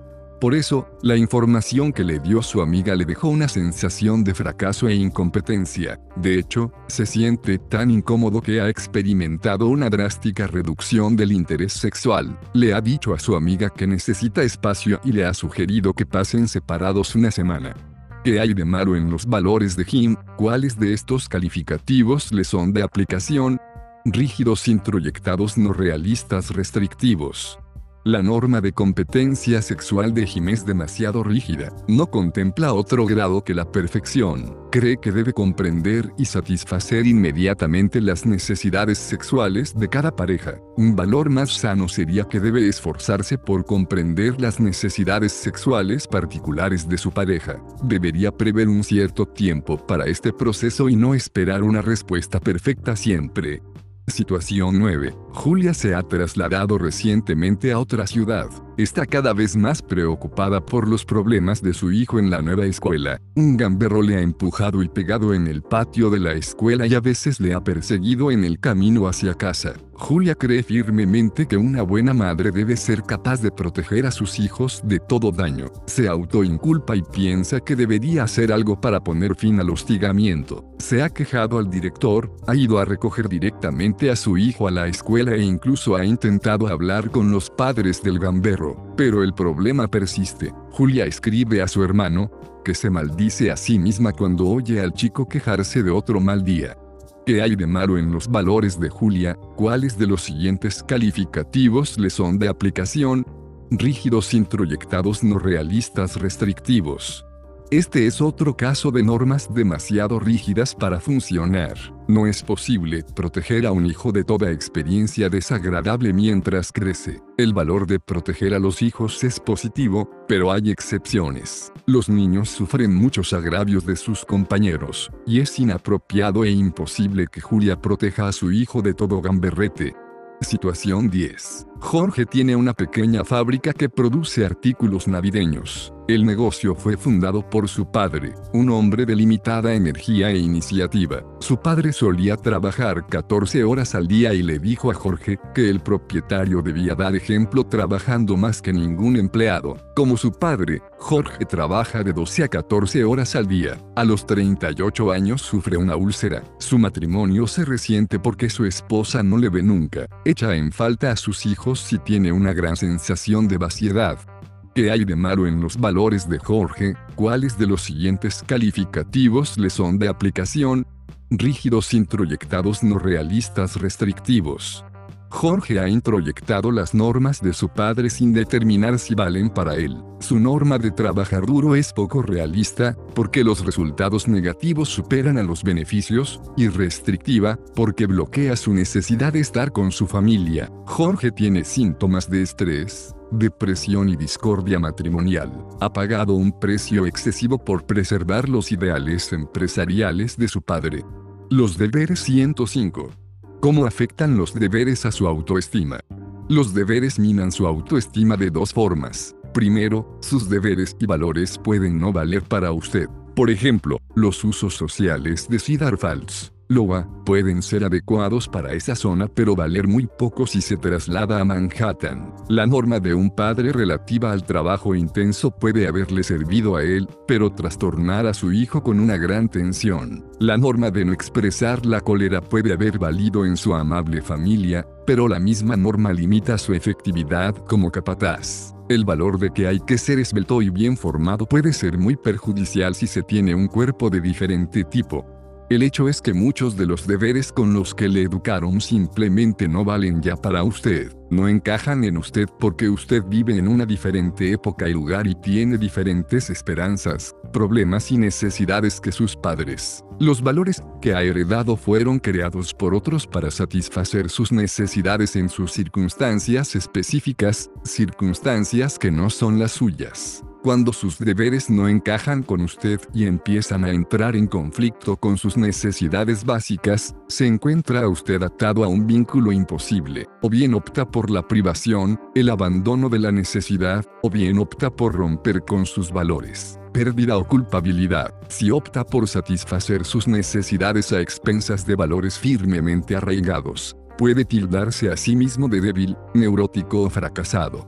Por eso, la información que le dio su amiga le dejó una sensación de fracaso e incompetencia. De hecho, se siente tan incómodo que ha experimentado una drástica reducción del interés sexual. Le ha dicho a su amiga que necesita espacio y le ha sugerido que pasen separados una semana. ¿Qué hay de malo en los valores de Jim? ¿Cuáles de estos calificativos le son de aplicación? Rígidos, introyectados, no realistas, restrictivos. La norma de competencia sexual de Jim es demasiado rígida, no contempla otro grado que la perfección, cree que debe comprender y satisfacer inmediatamente las necesidades sexuales de cada pareja. Un valor más sano sería que debe esforzarse por comprender las necesidades sexuales particulares de su pareja. Debería prever un cierto tiempo para este proceso y no esperar una respuesta perfecta siempre. Situación 9. Julia se ha trasladado recientemente a otra ciudad. Está cada vez más preocupada por los problemas de su hijo en la nueva escuela. Un gamberro le ha empujado y pegado en el patio de la escuela y a veces le ha perseguido en el camino hacia casa. Julia cree firmemente que una buena madre debe ser capaz de proteger a sus hijos de todo daño. Se autoinculpa y piensa que debería hacer algo para poner fin al hostigamiento. Se ha quejado al director, ha ido a recoger directamente a su hijo a la escuela e incluso ha intentado hablar con los padres del gamberro, pero el problema persiste. Julia escribe a su hermano, que se maldice a sí misma cuando oye al chico quejarse de otro mal día. ¿Qué hay de malo en los valores de Julia? ¿Cuáles de los siguientes calificativos le son de aplicación? Rígidos, introyectados, no realistas, restrictivos. Este es otro caso de normas demasiado rígidas para funcionar. No es posible proteger a un hijo de toda experiencia desagradable mientras crece. El valor de proteger a los hijos es positivo, pero hay excepciones. Los niños sufren muchos agravios de sus compañeros, y es inapropiado e imposible que Julia proteja a su hijo de todo gamberrete. Situación 10. Jorge tiene una pequeña fábrica que produce artículos navideños. El negocio fue fundado por su padre, un hombre de limitada energía e iniciativa. Su padre solía trabajar 14 horas al día y le dijo a Jorge que el propietario debía dar ejemplo trabajando más que ningún empleado. Como su padre, Jorge trabaja de 12 a 14 horas al día. A los 38 años sufre una úlcera. Su matrimonio se resiente porque su esposa no le ve nunca. Echa en falta a sus hijos y tiene una gran sensación de vaciedad. ¿Qué hay de malo en los valores de Jorge? ¿Cuáles de los siguientes calificativos le son de aplicación? Rígidos, introyectados, no realistas, restrictivos. Jorge ha introyectado las normas de su padre sin determinar si valen para él. Su norma de trabajar duro es poco realista, porque los resultados negativos superan a los beneficios, y restrictiva, porque bloquea su necesidad de estar con su familia. Jorge tiene síntomas de estrés, depresión y discordia matrimonial. Ha pagado un precio excesivo por preservar los ideales empresariales de su padre. Los deberes 105. ¿Cómo afectan los deberes a su autoestima? Los deberes minan su autoestima de dos formas. Primero, sus deberes y valores pueden no valer para usted. Por ejemplo, los usos sociales de Cedar Falls, Iowa, pueden ser adecuados para esa zona pero valer muy poco si se traslada a Manhattan. La norma de un padre relativa al trabajo intenso puede haberle servido a él, pero trastornar a su hijo con una gran tensión. La norma de no expresar la cólera puede haber valido en su amable familia, pero la misma norma limita su efectividad como capataz. El valor de que hay que ser esbelto y bien formado puede ser muy perjudicial si se tiene un cuerpo de diferente tipo. El hecho es que muchos de los deberes con los que le educaron simplemente no valen ya para usted. No encajan en usted porque usted vive en una diferente época y lugar y tiene diferentes esperanzas, problemas y necesidades que sus padres. Los valores que ha heredado fueron creados por otros para satisfacer sus necesidades en sus circunstancias específicas, circunstancias que no son las suyas. Cuando sus deberes no encajan con usted y empiezan a entrar en conflicto con sus necesidades básicas, se encuentra usted atado a un vínculo imposible. O bien opta por la privación, el abandono de la necesidad, o bien opta por romper con sus valores. Pérdida o culpabilidad. Si opta por satisfacer sus necesidades a expensas de valores firmemente arraigados, puede tildarse a sí mismo de débil, neurótico o fracasado.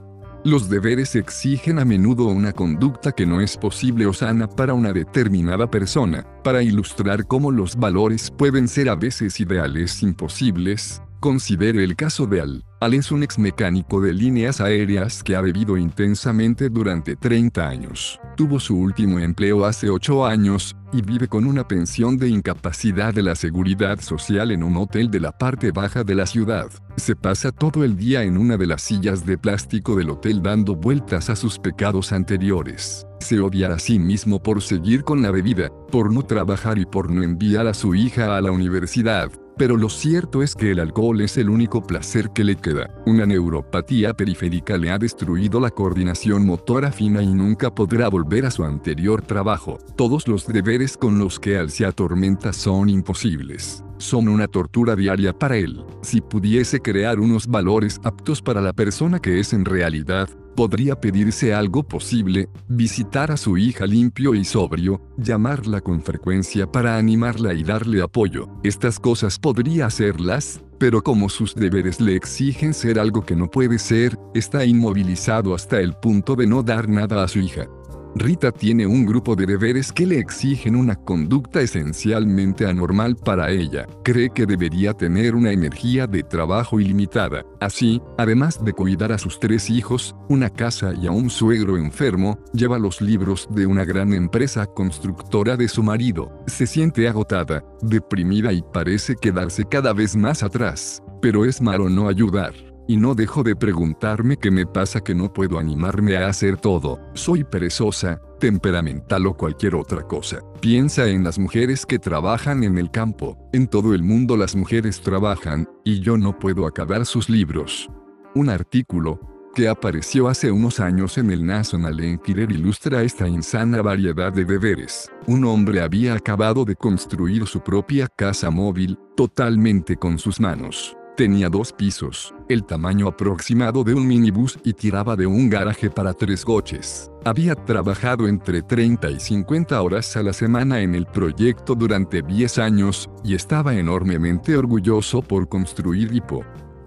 Los deberes exigen a menudo una conducta que no es posible o sana para una determinada persona. Para ilustrar cómo los valores pueden ser a veces ideales imposibles, considere el caso de Al. Al es un ex mecánico de líneas aéreas que ha bebido intensamente durante 30 años. Tuvo su último empleo hace 8 años, y vive con una pensión de incapacidad de la Seguridad Social en un hotel de la parte baja de la ciudad. Se pasa todo el día en una de las sillas de plástico del hotel dando vueltas a sus pecados anteriores. Se odia a sí mismo por seguir con la bebida, por no trabajar y por no enviar a su hija a la universidad. Pero lo cierto es que el alcohol es el único placer que le queda. Una neuropatía periférica le ha destruido la coordinación motora fina y nunca podrá volver a su anterior trabajo. Todos los deberes con los que Al se atormenta son imposibles. Son una tortura diaria para él. Si pudiese crear unos valores aptos para la persona que es en realidad, podría pedirse algo posible, visitar a su hija limpio y sobrio, llamarla con frecuencia para animarla y darle apoyo. Estas cosas podría hacerlas, pero como sus deberes le exigen ser algo que no puede ser, está inmovilizado hasta el punto de no dar nada a su hija. Rita tiene un grupo de deberes que le exigen una conducta esencialmente anormal para ella. Cree que debería tener una energía de trabajo ilimitada. Así, además de cuidar a sus 3 hijos, una casa y a un suegro enfermo, lleva los libros de una gran empresa constructora de su marido. Se siente agotada, deprimida y parece quedarse cada vez más atrás. Pero es malo no ayudar. Y no dejo de preguntarme qué me pasa que no puedo animarme a hacer todo. Soy perezosa, temperamental o cualquier otra cosa. Piensa en las mujeres que trabajan en el campo. En todo el mundo las mujeres trabajan, y yo no puedo acabar sus libros. Un artículo que apareció hace unos años en el National Enquirer ilustra esta insana variedad de deberes. Un hombre había acabado de construir su propia casa móvil, totalmente con sus manos. Tenía 2 pisos, el tamaño aproximado de un minibús y tiraba de un garaje para 3 coches. Había trabajado entre 30 y 50 horas a la semana en el proyecto durante 10 años, y estaba enormemente orgulloso por construir hipo.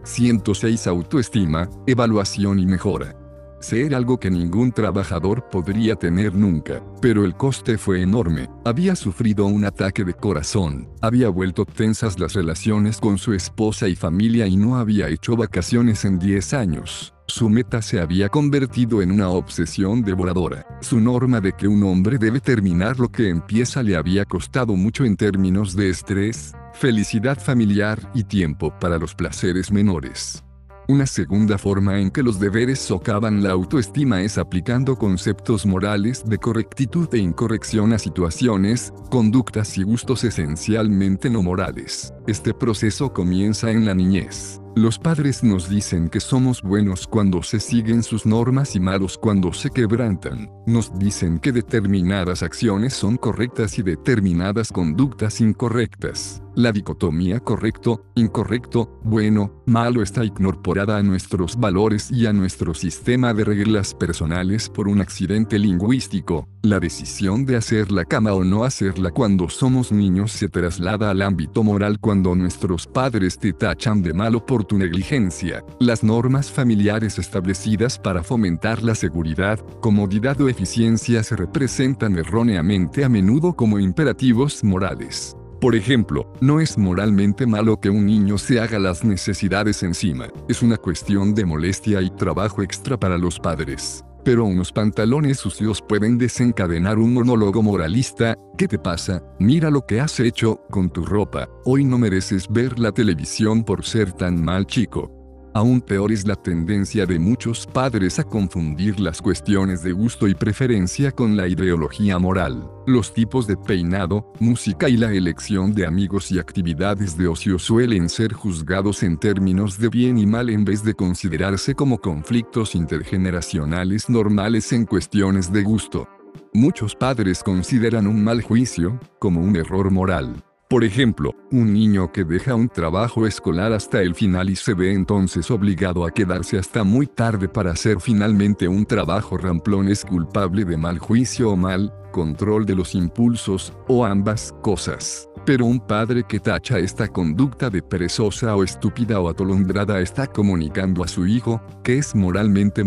106 autoestima, evaluación y mejora. Ser algo que ningún trabajador podría tener nunca, pero el coste fue enorme. Había sufrido un ataque de corazón, había vuelto tensas las relaciones con su esposa y familia y no había hecho vacaciones en 10 años. Su meta se había convertido en una obsesión devoradora. Su norma de que un hombre debe terminar lo que empieza le había costado mucho en términos de estrés, felicidad familiar y tiempo para los placeres menores. Una segunda forma en que los deberes socavan la autoestima es aplicando conceptos morales de correctitud e incorrección a situaciones, conductas y gustos esencialmente no morales. Este proceso comienza en la niñez. Los padres nos dicen que somos buenos cuando se siguen sus normas y malos cuando se quebrantan. Nos dicen que determinadas acciones son correctas y determinadas conductas incorrectas. La dicotomía correcto, incorrecto, bueno, malo está incorporada a nuestros valores y a nuestro sistema de reglas personales por un accidente lingüístico. La decisión de hacer la cama o no hacerla cuando somos niños se traslada al ámbito moral cuando nuestros padres te tachan de malo por tu negligencia. Las normas familiares establecidas para fomentar la seguridad, comodidad o eficiencia se representan erróneamente a menudo como imperativos morales. Por ejemplo, no es moralmente malo que un niño se haga las necesidades encima. Es una cuestión de molestia y trabajo extra para los padres. Pero unos pantalones sucios pueden desencadenar un monólogo moralista. ¿Qué te pasa? Mira lo que has hecho con tu ropa. Hoy no mereces ver la televisión por ser tan mal chico. Aún peor es la tendencia de muchos padres a confundir las cuestiones de gusto y preferencia con la ideología moral. Los tipos de peinado, música y la elección de amigos y actividades de ocio suelen ser juzgados en términos de bien y mal en vez de considerarse como conflictos intergeneracionales normales en cuestiones de gusto. Muchos padres consideran un mal juicio como un error moral. Por ejemplo, un niño que deja un trabajo escolar hasta el final y se ve entonces obligado a quedarse hasta muy tarde para hacer finalmente un trabajo ramplón es culpable de mal juicio o mal control de los impulsos, o ambas cosas. Pero un padre que tacha esta conducta de perezosa o estúpida o atolondrada está comunicando a su hijo que es moralmente malo.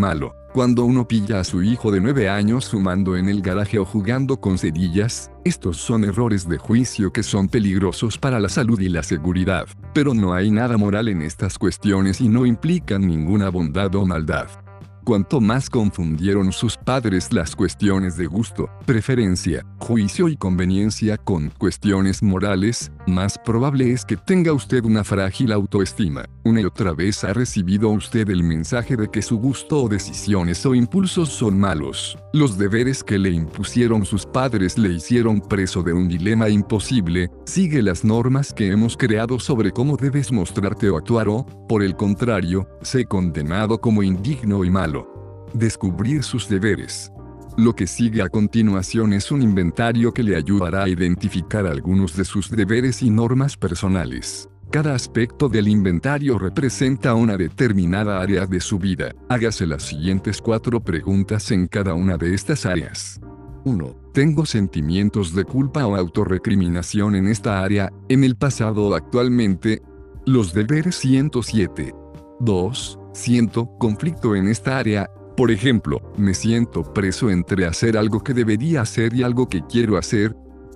Cuando uno pilla a su hijo de 9 años fumando en el garaje o jugando con cerillas, estos son errores de juicio que son peligrosos para la salud y la seguridad. Pero no hay nada moral en estas cuestiones y no implican ninguna bondad o maldad. Cuanto más confundieron sus padres las cuestiones de gusto, preferencia, juicio y conveniencia con cuestiones morales, más probable es que tenga usted una frágil autoestima. Una y otra vez ha recibido usted el mensaje de que su gusto o decisiones o impulsos son malos. Los deberes que le impusieron sus padres le hicieron preso de un dilema imposible: sigue las normas que hemos creado sobre cómo debes mostrarte o actuar, o, por el contrario, sé condenado como indigno y malo. Descubrir sus deberes. Lo que sigue a continuación es un inventario que le ayudará a identificar algunos de sus deberes y normas personales. Cada aspecto del inventario representa una determinada área de su vida. Hágase las siguientes 4 preguntas en cada una de estas áreas. 1. ¿Tengo sentimientos de culpa o autorrecriminación en esta área, en el pasado o actualmente? Los deberes 107. 2. ¿Siento conflicto en esta área? Por ejemplo, me siento preso entre hacer algo que debería hacer y algo que quiero hacer.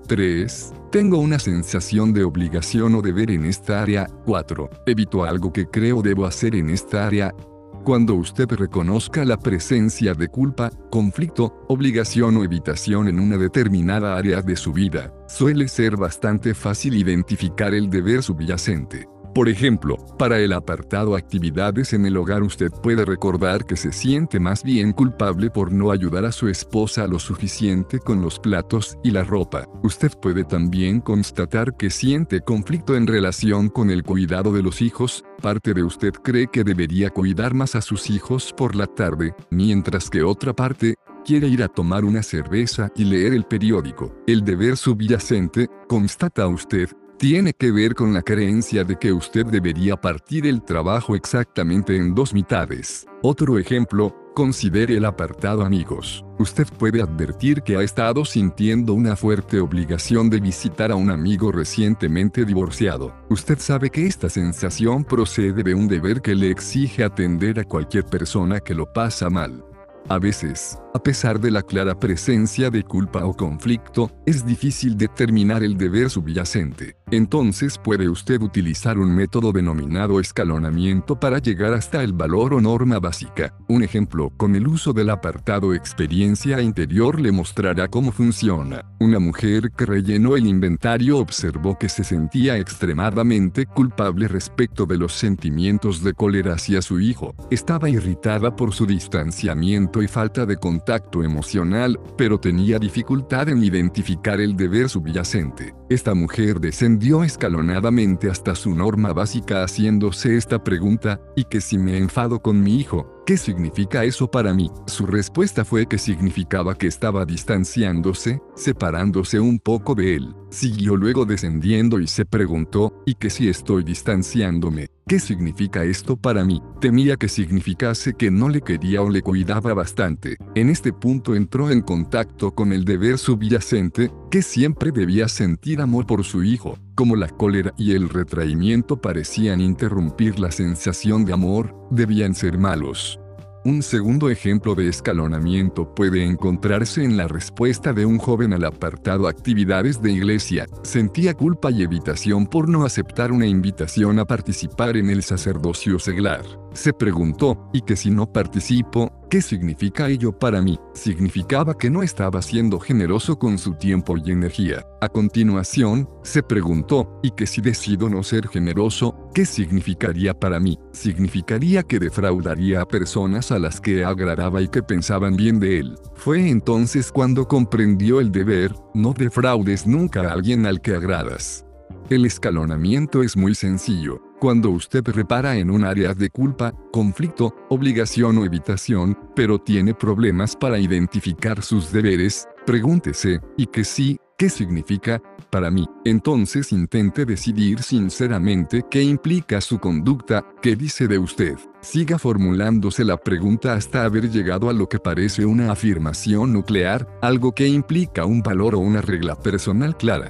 3. Tengo una sensación de obligación o deber en esta área. 4. Evito algo que creo debo hacer en esta área. Cuando usted reconozca la presencia de culpa, conflicto, obligación o evitación en una determinada área de su vida, suele ser bastante fácil identificar el deber subyacente. Por ejemplo, para el apartado actividades en el hogar, usted puede recordar que se siente más bien culpable por no ayudar a su esposa lo suficiente con los platos y la ropa. Usted puede también constatar que siente conflicto en relación con el cuidado de los hijos. Parte de usted cree que debería cuidar más a sus hijos por la tarde, mientras que otra parte quiere ir a tomar una cerveza y leer el periódico. El deber subyacente, constata usted, tiene que ver con la creencia de que usted debería partir el trabajo exactamente en 2 mitades. Otro ejemplo, considere el apartado amigos. Usted puede advertir que ha estado sintiendo una fuerte obligación de visitar a un amigo recientemente divorciado. Usted sabe que esta sensación procede de un deber que le exige atender a cualquier persona que lo pasa mal. A veces, a pesar de la clara presencia de culpa o conflicto, es difícil determinar el deber subyacente. Entonces puede usted utilizar un método denominado escalonamiento para llegar hasta el valor o norma básica. Un ejemplo con el uso del apartado experiencia interior le mostrará cómo funciona. Una mujer que rellenó el inventario observó que se sentía extremadamente culpable respecto de los sentimientos de cólera hacia su hijo. Estaba irritada por su distanciamiento y falta de contacto emocional, pero tenía dificultad en identificar el deber subyacente. Esta mujer descendió escalonadamente hasta su norma básica haciéndose esta pregunta: ¿y qué si me enfado con mi hijo? ¿Qué significa eso para mí? Su respuesta fue que significaba que estaba distanciándose, separándose un poco de él. Siguió luego descendiendo y se preguntó: ¿y qué si estoy distanciándome? ¿Qué significa esto para mí? Temía que significase que no le quería o le cuidaba bastante. En este punto entró en contacto con el deber subyacente, que siempre debía sentir amor por su hijo. Como la cólera y el retraimiento parecían interrumpir la sensación de amor, debían ser malos. Un segundo ejemplo de escalonamiento puede encontrarse en la respuesta de un joven al apartado actividades de iglesia. Sentía culpa y evitación por no aceptar una invitación a participar en el sacerdocio seglar. Se preguntó: ¿y que si no participo? ¿Qué significa ello para mí? Significaba que no estaba siendo generoso con su tiempo y energía. A continuación, se preguntó: ¿y que si decido no ser generoso? ¿Qué significaría para mí? Significaría que defraudaría a personas a las que agradaba y que pensaban bien de él. Fue entonces cuando comprendió el deber: no defraudes nunca a alguien al que agradas. El escalonamiento es muy sencillo. Cuando usted repara en un área de culpa, conflicto, obligación o evitación, pero tiene problemas para identificar sus deberes, pregúntese: ¿y que sí? ¿Qué significa para mí? Entonces intente decidir sinceramente qué implica su conducta, qué dice de usted. Siga formulándose la pregunta hasta haber llegado a lo que parece una afirmación nuclear, algo que implica un valor o una regla personal clara.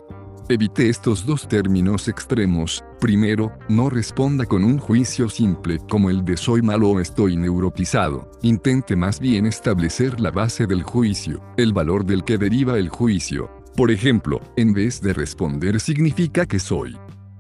Evite estos dos términos extremos. Primero, no responda con un juicio simple como el de soy malo o estoy neurotizado. Intente más bien establecer la base del juicio, el valor del que deriva el juicio. Por ejemplo, en vez de responder significa que soy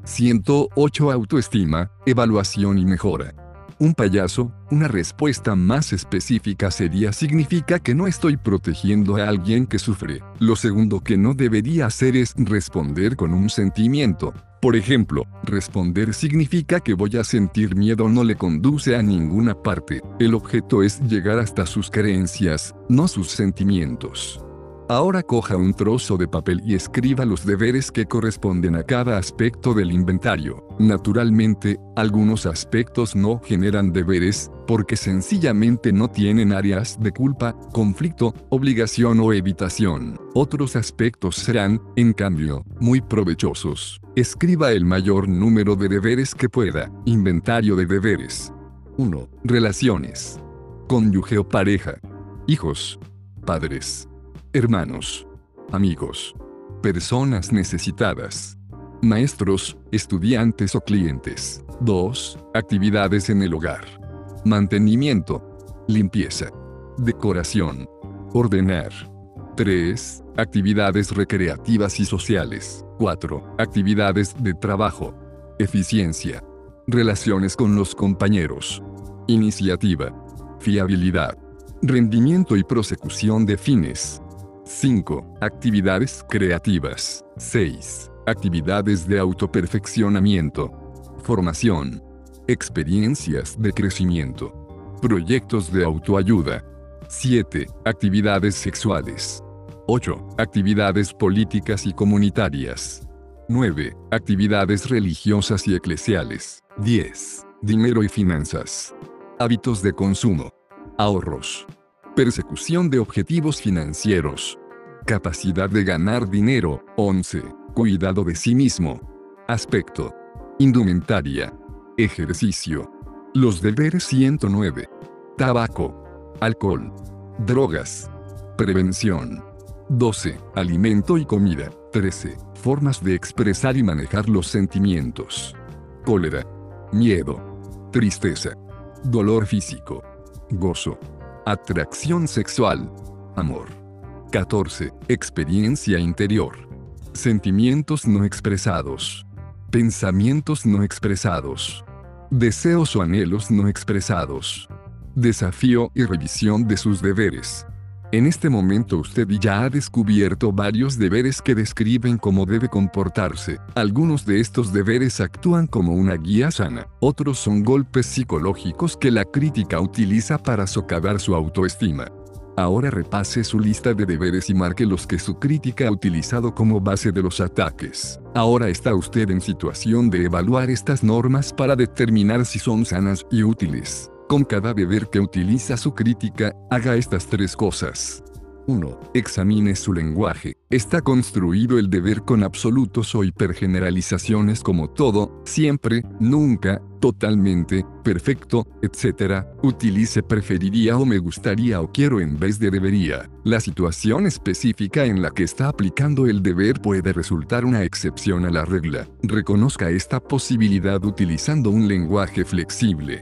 108 autoestima, evaluación y mejora. Un payaso, una respuesta más específica sería significa que no estoy protegiendo a alguien que sufre. Lo segundo que no debería hacer es responder con un sentimiento. Por ejemplo, responder significa que voy a sentir miedo no le conduce a ninguna parte. El objeto es llegar hasta sus creencias, no sus sentimientos. Ahora coja un trozo de papel y escriba los deberes que corresponden a cada aspecto del inventario. Naturalmente, algunos aspectos no generan deberes, porque sencillamente no tienen áreas de culpa, conflicto, obligación o evitación. Otros aspectos serán, en cambio, muy provechosos. Escriba el mayor número de deberes que pueda. Inventario de deberes. 1. Relaciones. Cónyuge o pareja. Hijos. Padres. Hermanos, amigos, personas necesitadas, maestros, estudiantes o clientes. 2. Actividades en el hogar. Mantenimiento, limpieza, decoración, ordenar. 3. Actividades recreativas y sociales. 4. Actividades de trabajo, eficiencia, relaciones con los compañeros, iniciativa, fiabilidad, rendimiento y prosecución de fines. 5. Actividades creativas. 6. Actividades de autoperfeccionamiento. Formación. Experiencias de crecimiento. Proyectos de autoayuda. 7. Actividades sexuales. 8. Actividades políticas y comunitarias. 9. Actividades religiosas y eclesiales. 10. Dinero y finanzas. Hábitos de consumo. Ahorros. Persecución de objetivos financieros. Capacidad de ganar dinero. 11. Cuidado de sí mismo. Aspecto. Indumentaria. Ejercicio. Los deberes 109. Tabaco. Alcohol. Drogas. Prevención. 12. Alimento y comida. 13. Formas de expresar y manejar los sentimientos. Cólera. Miedo. Tristeza. Dolor físico. Gozo. Atracción sexual. Amor. 14. Experiencia interior. Sentimientos no expresados. Pensamientos no expresados. Deseos o anhelos no expresados. Desafío y revisión de sus deberes. En este momento usted ya ha descubierto varios deberes que describen cómo debe comportarse. Algunos de estos deberes actúan como una guía sana. Otros son golpes psicológicos que la crítica utiliza para socavar su autoestima. Ahora repase su lista de deberes y marque los que su crítica ha utilizado como base de los ataques. Ahora está usted en situación de evaluar estas normas para determinar si son sanas y útiles. Con cada deber que utiliza su crítica, haga estas 3 cosas. 1. Examine su lenguaje. ¿Está construido el deber con absolutos o hipergeneralizaciones como todo, siempre, nunca, totalmente, perfecto, etc.? Utilice preferiría o me gustaría o quiero en vez de debería. La situación específica en la que está aplicando el deber puede resultar una excepción a la regla. Reconozca esta posibilidad utilizando un lenguaje flexible.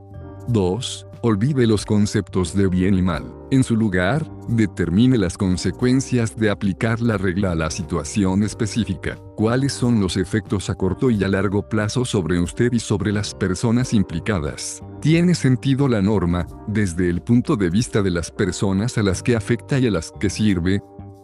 2. Olvide los conceptos de bien y mal. En su lugar, determine las consecuencias de aplicar la regla a la situación específica. ¿Cuáles son los efectos a corto y a largo plazo sobre usted y sobre las personas implicadas? ¿Tiene sentido la norma, desde el punto de vista de las personas a las que afecta y a las que sirve?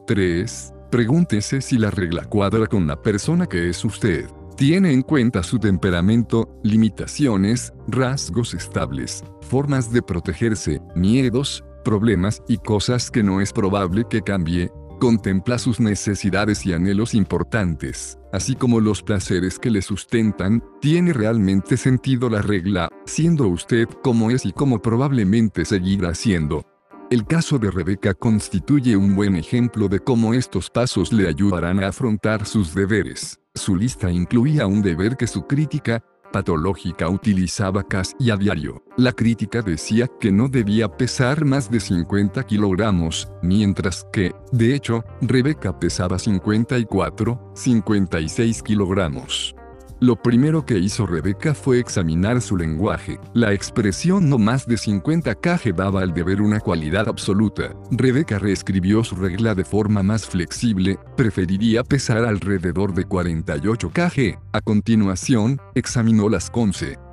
3. Pregúntese si la regla cuadra con la persona que es usted. Tiene en cuenta su temperamento, limitaciones, rasgos estables, formas de protegerse, miedos, problemas y cosas que no es probable que cambie. Contempla sus necesidades y anhelos importantes, así como los placeres que le sustentan. ¿Tiene realmente sentido la regla, siendo usted como es y como probablemente seguirá siendo? El caso de Rebeca constituye un buen ejemplo de cómo estos pasos le ayudarán a afrontar sus deberes. Su lista incluía un deber que su crítica patológica utilizaba casi a diario. La crítica decía que no debía pesar más de 50 kilogramos, mientras que, de hecho, Rebeca pesaba 54, 56 kilogramos. Lo primero que hizo Rebeca fue examinar su lenguaje. La expresión no más de 50 kg daba al deber una cualidad absoluta. Rebeca reescribió su regla de forma más flexible, preferiría pesar alrededor de 48 kg. A continuación, examinó las conce.